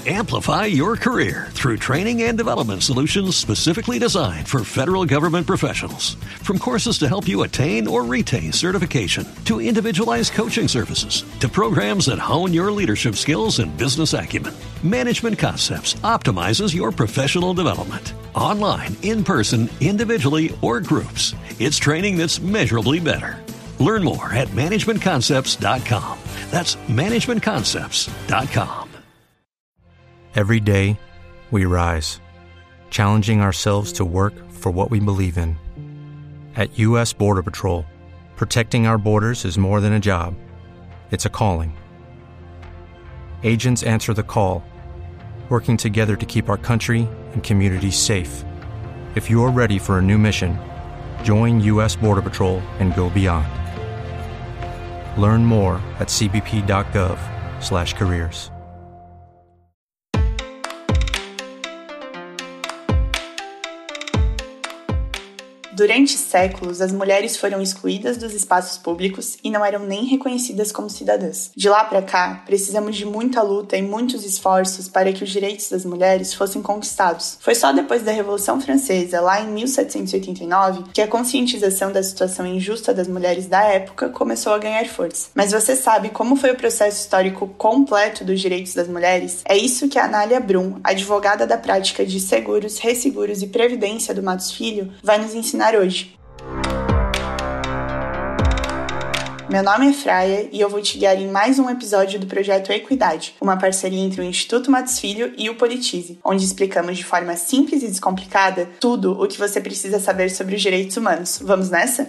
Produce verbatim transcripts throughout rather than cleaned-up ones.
Amplify your career through training and development solutions specifically designed for federal government professionals. From courses to help you attain or retain certification, to individualized coaching services, to programs that hone your leadership skills and business acumen, Management Concepts optimizes your professional development. Online, in person, individually, or groups, it's training that's measurably better. Learn more at management concepts dot com. That's management concepts dot com. Every day, we rise, challenging ourselves to work for what we believe in. At U S Border Patrol, protecting our borders is more than a job. It's a calling. Agents answer the call, working together to keep our country and communities safe. If you're ready for a new mission, join U S Border Patrol and go beyond. Learn more at c b p dot gov slash careers. Durante séculos, as mulheres foram excluídas dos espaços públicos e não eram nem reconhecidas como cidadãs. De lá para cá, precisamos de muita luta e muitos esforços para que os direitos das mulheres fossem conquistados. Foi só depois da Revolução Francesa, lá em mil setecentos e oitenta e nove, que a conscientização da situação injusta das mulheres da época começou a ganhar força. Mas você sabe como foi o processo histórico completo dos direitos das mulheres? É isso que a Anália Brum, advogada da prática de seguros, resseguros e previdência do Matos Filho, vai nos ensinar hoje. Meu nome é Fraia e eu vou te guiar em mais um episódio do Projeto Equidade, uma parceria entre o Instituto Matos Filho e o Politize, onde explicamos de forma simples e descomplicada tudo o que você precisa saber sobre os direitos humanos. Vamos nessa?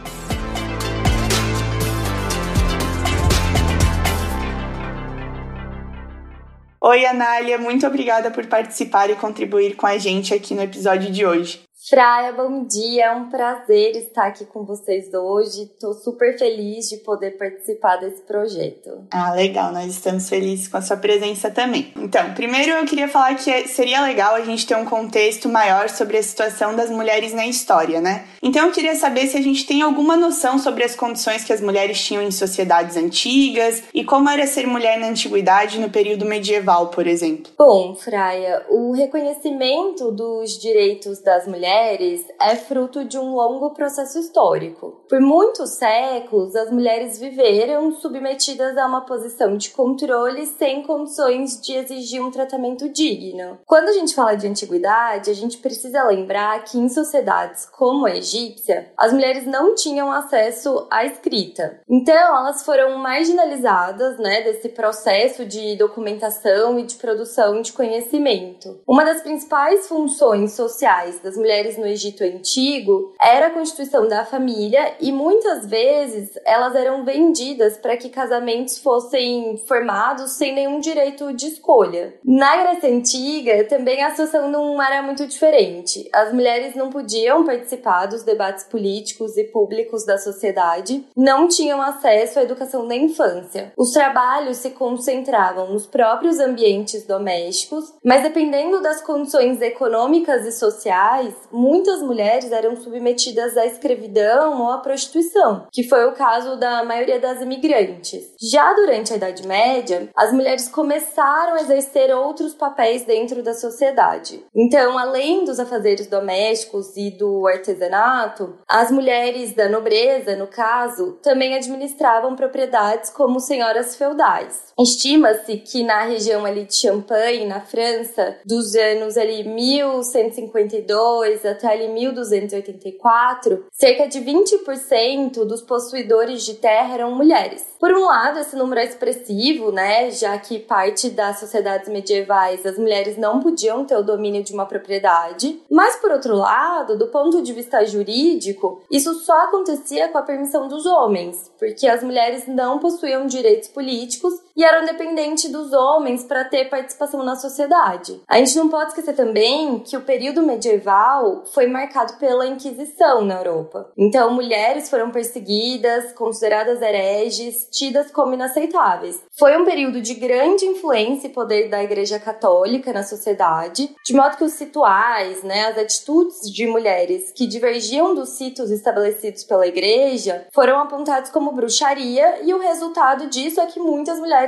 Oi, Anália, muito obrigada por participar e contribuir com a gente aqui no episódio de hoje. Fraia, bom dia, é um prazer estar aqui com vocês hoje, estou super feliz de poder participar desse projeto. Ah, legal, nós estamos felizes com a sua presença também. Então, primeiro eu queria falar que seria legal a gente ter um contexto maior sobre a situação das mulheres na história, né? Então eu queria saber se a gente tem alguma noção sobre as condições que as mulheres tinham em sociedades antigas e como era ser mulher na antiguidade no período medieval, por exemplo. Bom, Fraia, o reconhecimento dos direitos das mulheres é fruto de um longo processo histórico. Por muitos séculos, as mulheres viveram submetidas a uma posição de controle sem condições de exigir um tratamento digno. Quando a gente fala de antiguidade, a gente precisa lembrar que em sociedades como a egípcia, as mulheres não tinham acesso à escrita. Então, elas foram marginalizadas, né, desse processo de documentação e de produção de conhecimento. Uma das principais funções sociais das mulheres no Egito Antigo era a constituição da família e muitas vezes elas eram vendidas para que casamentos fossem formados sem nenhum direito de escolha. Na Grécia Antiga também a situação não era muito diferente. As mulheres não podiam participar dos debates políticos e públicos da sociedade, não tinham acesso à educação da infância. Os trabalhos se concentravam nos próprios ambientes domésticos, mas dependendo das condições econômicas e sociais, muitas mulheres eram submetidas à escravidão ou à prostituição, que foi o caso da maioria das imigrantes. Já durante a Idade Média, as mulheres começaram a exercer outros papéis dentro da sociedade. Então, além dos afazeres domésticos e do artesanato, as mulheres da nobreza, no caso, também administravam propriedades como senhoras feudais. Estima-se que na região ali de Champagne, na França, dos anos ali mil cento e cinquenta e dois até ali mil duzentos e oitenta e quatro, cerca de vinte por cento dos possuidores de terra eram mulheres. Por um lado, esse número é expressivo, né, já que parte das sociedades medievais as mulheres não podiam ter o domínio de uma propriedade, mas por outro lado, do ponto de vista jurídico, isso só acontecia com a permissão dos homens, porque as mulheres não possuíam direitos políticos e eram dependentes dos homens para ter participação na sociedade. A gente não pode esquecer também que o período medieval foi marcado pela Inquisição na Europa. Então, mulheres foram perseguidas, consideradas hereges, tidas como inaceitáveis. Foi um período de grande influência e poder da Igreja Católica na sociedade, de modo que os rituais, né, as atitudes de mulheres que divergiam dos ritos estabelecidos pela Igreja foram apontados como bruxaria, e o resultado disso é que muitas mulheres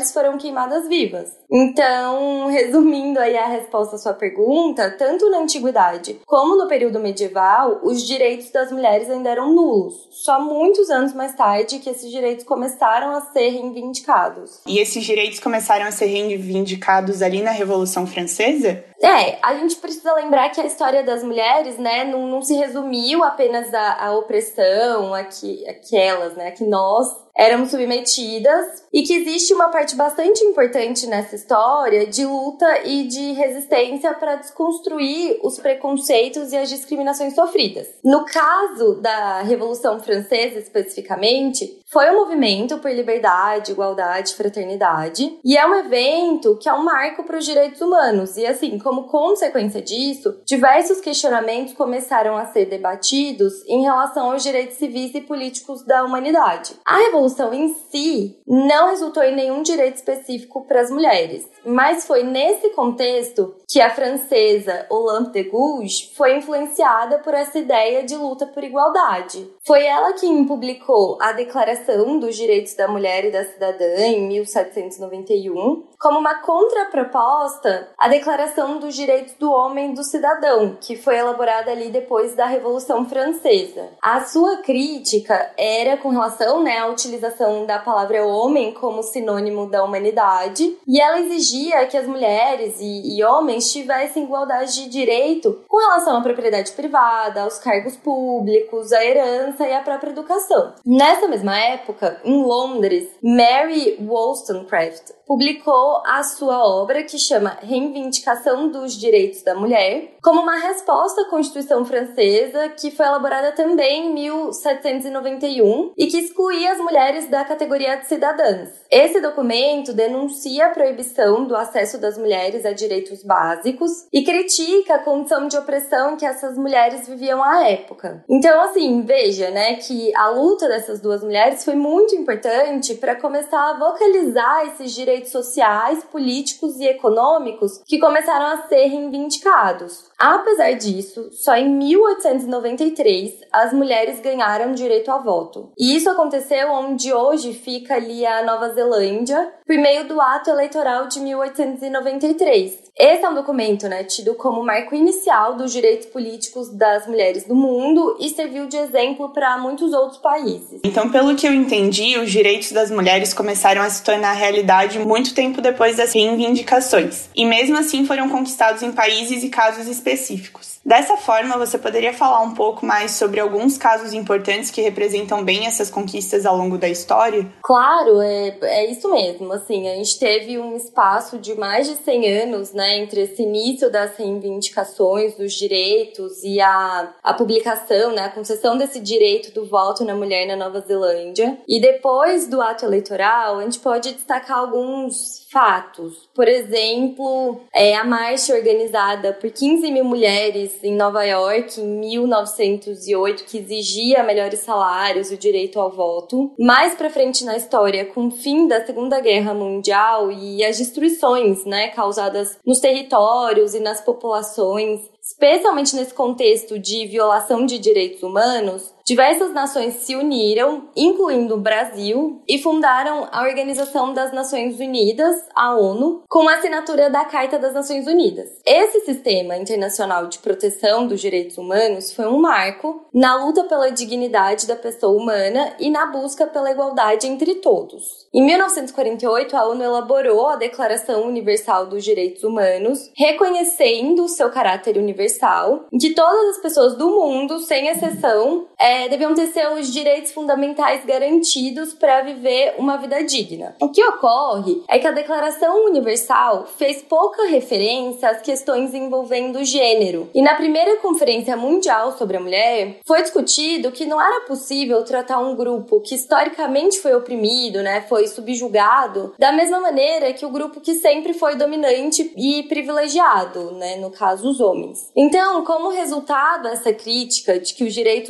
mulheres foram queimadas vivas. Então, resumindo aí a resposta à sua pergunta, tanto na antiguidade como no período medieval, os direitos das mulheres ainda eram nulos. Só muitos anos mais tarde que esses direitos começaram a ser reivindicados. E esses direitos começaram a ser reivindicados ali na Revolução Francesa? É, a gente precisa lembrar que a história das mulheres, né, não, não se resumiu apenas à, à opressão, a que, a que elas, né, a que nós éramos submetidas, e que existe uma parte bastante importante nessa história de luta e de resistência para desconstruir os preconceitos e as discriminações sofridas. No caso da Revolução Francesa, especificamente, foi um movimento por liberdade, igualdade, fraternidade, e é um evento que é um marco para os direitos humanos. E assim, como consequência disso, diversos questionamentos começaram a ser debatidos em relação aos direitos civis e políticos da humanidade. A Revolução em si não resultou em nenhum direito específico para as mulheres, mas foi nesse contexto que a francesa Olympe de Gouges foi influenciada por essa ideia de luta por igualdade. Foi ela quem publicou a Declaração dos Direitos da Mulher e da Cidadã em mil setecentos e noventa e um, como uma contraproposta à Declaração dos Direitos do Homem e do Cidadão, que foi elaborada ali depois da Revolução Francesa. A sua crítica era com relação, né, à utilização da palavra homem como sinônimo da humanidade, e ela exigia que as mulheres e, e homens tivessem igualdade de direito com relação à propriedade privada, aos cargos públicos, à herança e à própria educação. Nessa mesma época, em Londres, Mary Wollstonecraft publicou a sua obra que chama Reivindicação dos Direitos da Mulher, como uma resposta à Constituição Francesa, que foi elaborada também em mil setecentos e noventa e um e que excluía as mulheres da categoria de cidadãs. Esse documento denuncia a proibição do acesso das mulheres a direitos básicos e critica a condição de opressão em que essas mulheres viviam à época. Então, assim, veja, né, que a luta dessas duas mulheres foi muito importante para começar a vocalizar esses direitos sociais, políticos e econômicos que começaram a ser reivindicados. Apesar disso, só em mil oitocentos e noventa e três as mulheres ganharam direito ao voto. E isso aconteceu onde hoje fica ali a Nova Zelândia, por meio do Ato Eleitoral de mil oitocentos e noventa e três. Esse é um documento, né, tido como marco inicial dos direitos políticos das mulheres do mundo e serviu de exemplo para muitos outros países. Então, pelo que eu entendi, os direitos das mulheres começaram a se tornar realidade muito tempo depois das reivindicações. E mesmo assim foram conquistados em países e casos específicos. Dessa forma, você poderia falar um pouco mais sobre alguns casos importantes que representam bem essas conquistas ao longo da história? Claro, é, é isso mesmo. Assim, a gente teve um espaço de mais de cem anos, né, entre esse início das reivindicações dos direitos e a, a publicação, né, a concessão desse direito do voto na mulher na Nova Zelândia. E depois do ato eleitoral, a gente pode destacar alguns fatos. Por exemplo, é, a marcha organizada por quinze mil mulheres em Nova York em mil novecentos e oito, que exigia melhores salários e o direito ao voto. Mais pra frente na história, com o fim da Segunda Guerra Mundial e as destruições, né, causadas nos territórios e nas populações, especialmente nesse contexto de violação de direitos humanos, diversas nações se uniram, incluindo o Brasil, e fundaram a Organização das Nações Unidas, a ONU, com a assinatura da Carta das Nações Unidas. Esse sistema internacional de proteção dos direitos humanos foi um marco na luta pela dignidade da pessoa humana e na busca pela igualdade entre todos. Em mil novecentos e quarenta e oito, a ONU elaborou a Declaração Universal dos Direitos Humanos, reconhecendo seu caráter universal, em que todas as pessoas do mundo, sem exceção, é, deviam ter seus direitos fundamentais garantidos para viver uma vida digna. O que ocorre é que a Declaração Universal fez pouca referência às questões envolvendo gênero. E na primeira Conferência Mundial sobre a Mulher, foi discutido que não era possível tratar um grupo que historicamente foi oprimido, né, foi subjugado, da mesma maneira que o grupo que sempre foi dominante e privilegiado, né, no caso os homens. Então, como resultado dessa crítica de que os direitos humanos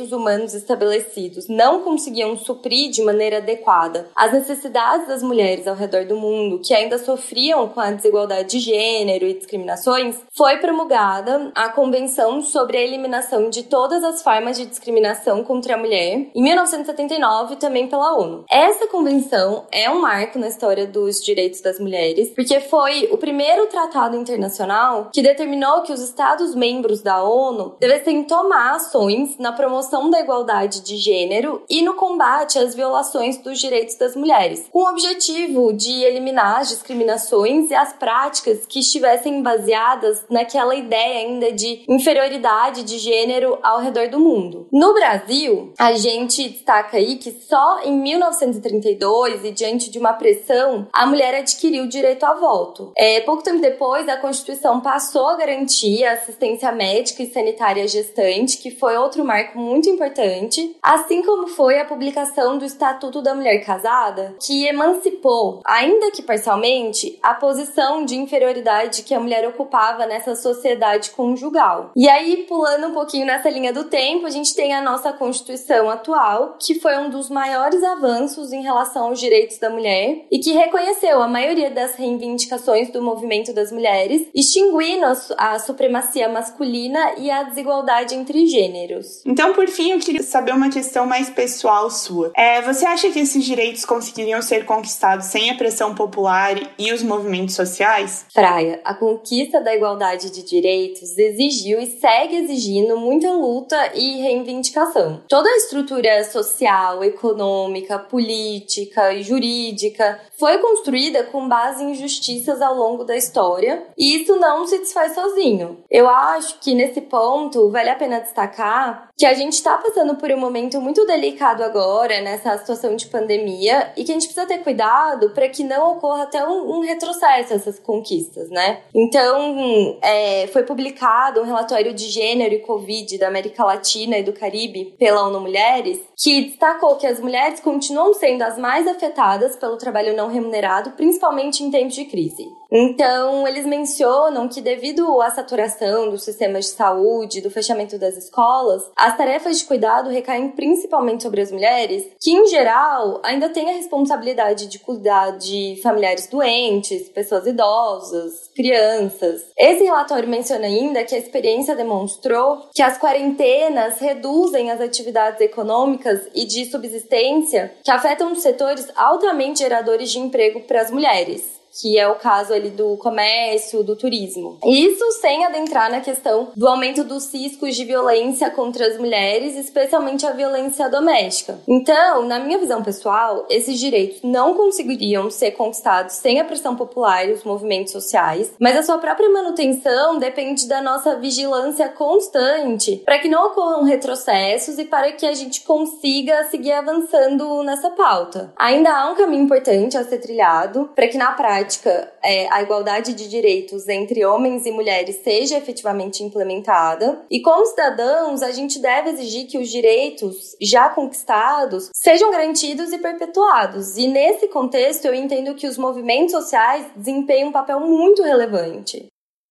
planos estabelecidos não conseguiam suprir de maneira adequada as necessidades das mulheres ao redor do mundo, que ainda sofriam com a desigualdade de gênero e discriminações, foi promulgada a Convenção sobre a Eliminação de Todas as Formas de Discriminação contra a Mulher, em mil novecentos e setenta e nove, também pela ONU. Essa convenção é um marco na história dos direitos das mulheres, porque foi o primeiro tratado internacional que determinou que os Estados-membros da ONU devessem tomar ações na promoção da igualdade de gênero e no combate às violações dos direitos das mulheres, com o objetivo de eliminar as discriminações e as práticas que estivessem baseadas naquela ideia ainda de inferioridade de gênero ao redor do mundo. No Brasil, a gente destaca aí que só em mil novecentos e trinta e dois, e diante de uma pressão, a mulher adquiriu o direito a voto. É, pouco tempo depois, a Constituição passou a garantir a assistência médica e sanitária gestante, que foi outro marco muito importante, assim como foi a publicação do Estatuto da Mulher Casada, que emancipou, ainda que parcialmente, a posição de inferioridade que a mulher ocupava nessa sociedade conjugal. E aí, pulando um pouquinho nessa linha do tempo, a gente tem a nossa Constituição atual, que foi um dos maiores avanços em relação aos direitos da mulher e que reconheceu a maioria das reivindicações do movimento das mulheres, extinguindo a supremacia masculina e a desigualdade entre gêneros. Então, por fim, eu queria saber uma questão mais pessoal sua. É, você acha que esses direitos conseguiriam ser conquistados sem a pressão popular e os movimentos sociais? Fraia, a conquista da igualdade de direitos exigiu e segue exigindo muita luta e reivindicação. Toda a estrutura social, econômica, política e jurídica foi construída com base em injustiças ao longo da história, e isso não se desfaz sozinho. Eu acho que nesse ponto vale a pena destacar que a gente está passando por um momento muito delicado agora, nessa situação de pandemia, e que a gente precisa ter cuidado para que não ocorra até um, um retrocesso a essas conquistas, né? Então, é, foi publicado um relatório de gênero e Covid da América Latina e do Caribe pela ONU Mulheres, que destacou que as mulheres continuam sendo as mais afetadas pelo trabalho não remunerado, principalmente em tempos de crise. Então, eles mencionam que devido à saturação dos sistemas de saúde, do fechamento das escolas, as tarefas de cuidado recaem principalmente sobre as mulheres, que, em geral, ainda têm a responsabilidade de cuidar de familiares doentes, pessoas idosas, crianças. Esse relatório menciona ainda que a experiência demonstrou que as quarentenas reduzem as atividades econômicas e de subsistência que afetam os setores altamente geradores de emprego para as mulheres, que é o caso ali do comércio, do turismo. Isso sem adentrar na questão do aumento dos riscos de violência contra as mulheres, especialmente a violência doméstica. Então, na minha visão pessoal, esses direitos não conseguiriam ser conquistados sem a pressão popular e os movimentos sociais, mas a sua própria manutenção depende da nossa vigilância constante para que não ocorram retrocessos e para que a gente consiga seguir avançando nessa pauta. Ainda há um caminho importante a ser trilhado para que na prática É, a igualdade de direitos entre homens e mulheres seja efetivamente implementada. E como cidadãos, a gente deve exigir que os direitos já conquistados sejam garantidos e perpetuados. E nesse contexto, eu entendo que os movimentos sociais desempenham um papel muito relevante.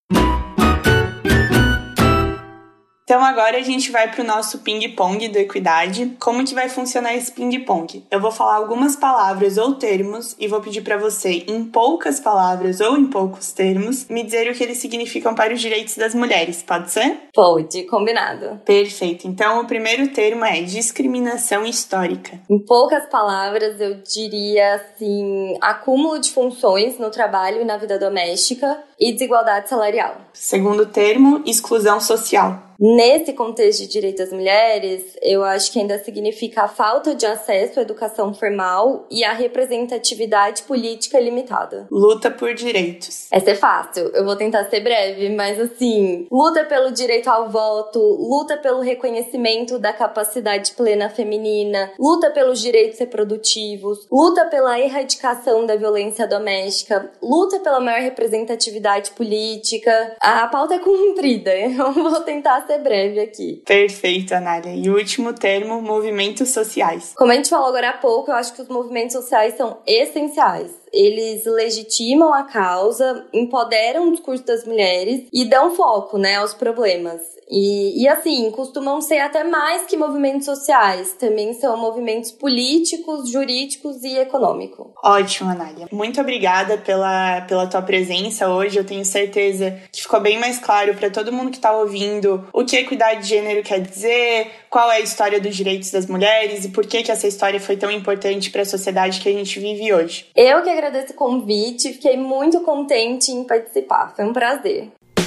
Então agora a gente vai para o nosso ping-pong do Equidade. Como que vai funcionar esse ping-pong? Eu vou falar algumas palavras ou termos e vou pedir para você, em poucas palavras ou em poucos termos, me dizer o que eles significam para os direitos das mulheres. Pode ser? Pode, combinado. Perfeito. Então o primeiro termo é discriminação histórica. Em poucas palavras, eu diria assim, acúmulo de funções no trabalho e na vida doméstica e desigualdade salarial. Segundo termo, exclusão social. Nesse contexto de direito das mulheres, eu acho que ainda significa a falta de acesso à educação formal e a representatividade política limitada. Luta por direitos. Essa é fácil, eu vou tentar ser breve, mas assim, luta pelo direito ao voto, luta pelo reconhecimento da capacidade plena feminina, luta pelos direitos reprodutivos, luta pela erradicação da violência doméstica, luta pela maior representatividade política. A pauta é comprida, eu vou tentar ser breve aqui. Perfeito, Anália. E o último termo, movimentos sociais. Como a gente falou agora há pouco, eu acho que os movimentos sociais são essenciais. eles legitimam a causa, empoderam o discurso das mulheres e dão foco, né, aos problemas. E, e assim, costumam ser até mais que movimentos sociais, também são movimentos políticos, jurídicos e econômicos. Ótimo, Anália. Muito obrigada pela, pela tua presença hoje. Eu tenho certeza que ficou bem mais claro para todo mundo que está ouvindo o que equidade de gênero quer dizer, qual é a história dos direitos das mulheres e por que, que essa história foi tão importante para a sociedade que a gente vive hoje. Eu que agradeço o convite, fiquei muito contente em participar, foi um prazer.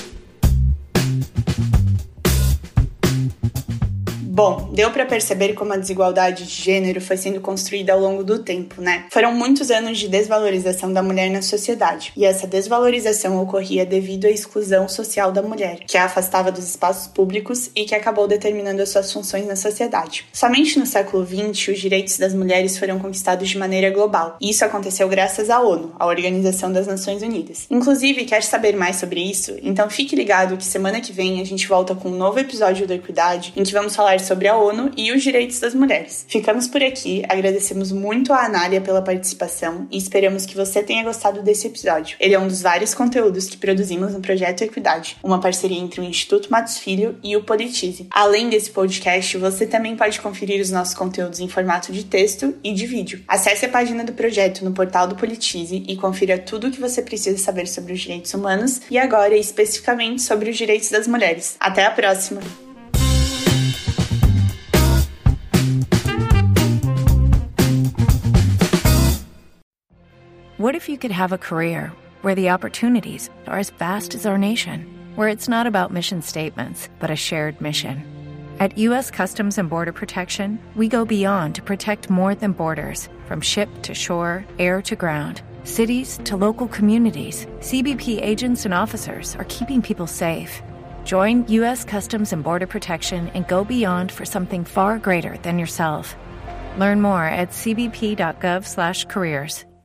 Bom, deu para perceber como a desigualdade de gênero foi sendo construída ao longo do tempo, né? Foram muitos anos de desvalorização da mulher na sociedade, e essa desvalorização ocorria devido à exclusão social da mulher, que a afastava dos espaços públicos e que acabou determinando as suas funções na sociedade. Somente no século vinte, os direitos das mulheres foram conquistados de maneira global, e isso aconteceu graças à ONU, a Organização das Nações Unidas. Inclusive, quer saber mais sobre isso? Então fique ligado que semana que vem a gente volta com um novo episódio do Equidade, em que vamos falar sobre a ONU e os direitos das mulheres. Ficamos por aqui, agradecemos muito a Anália pela participação e esperamos que você tenha gostado desse episódio. Ele é um dos vários conteúdos que produzimos no Projeto Equidade, uma parceria entre o Instituto Matos Filho e o Politize. Além desse podcast, você também pode conferir os nossos conteúdos em formato de texto e de vídeo. Acesse a página do projeto no portal do Politize e confira tudo o que você precisa saber sobre os direitos humanos e agora especificamente sobre os direitos das mulheres. Até a próxima! What if you could have a career where the opportunities are as vast as our nation, where it's not about mission statements, but a shared mission? At U S Customs and Border Protection, we go beyond to protect more than borders, from ship to shore, air to ground, cities to local communities. C B P agents and officers are keeping people safe. Join U S Customs and Border Protection and go beyond for something far greater than yourself. Learn more at c b p dot gov slash careers.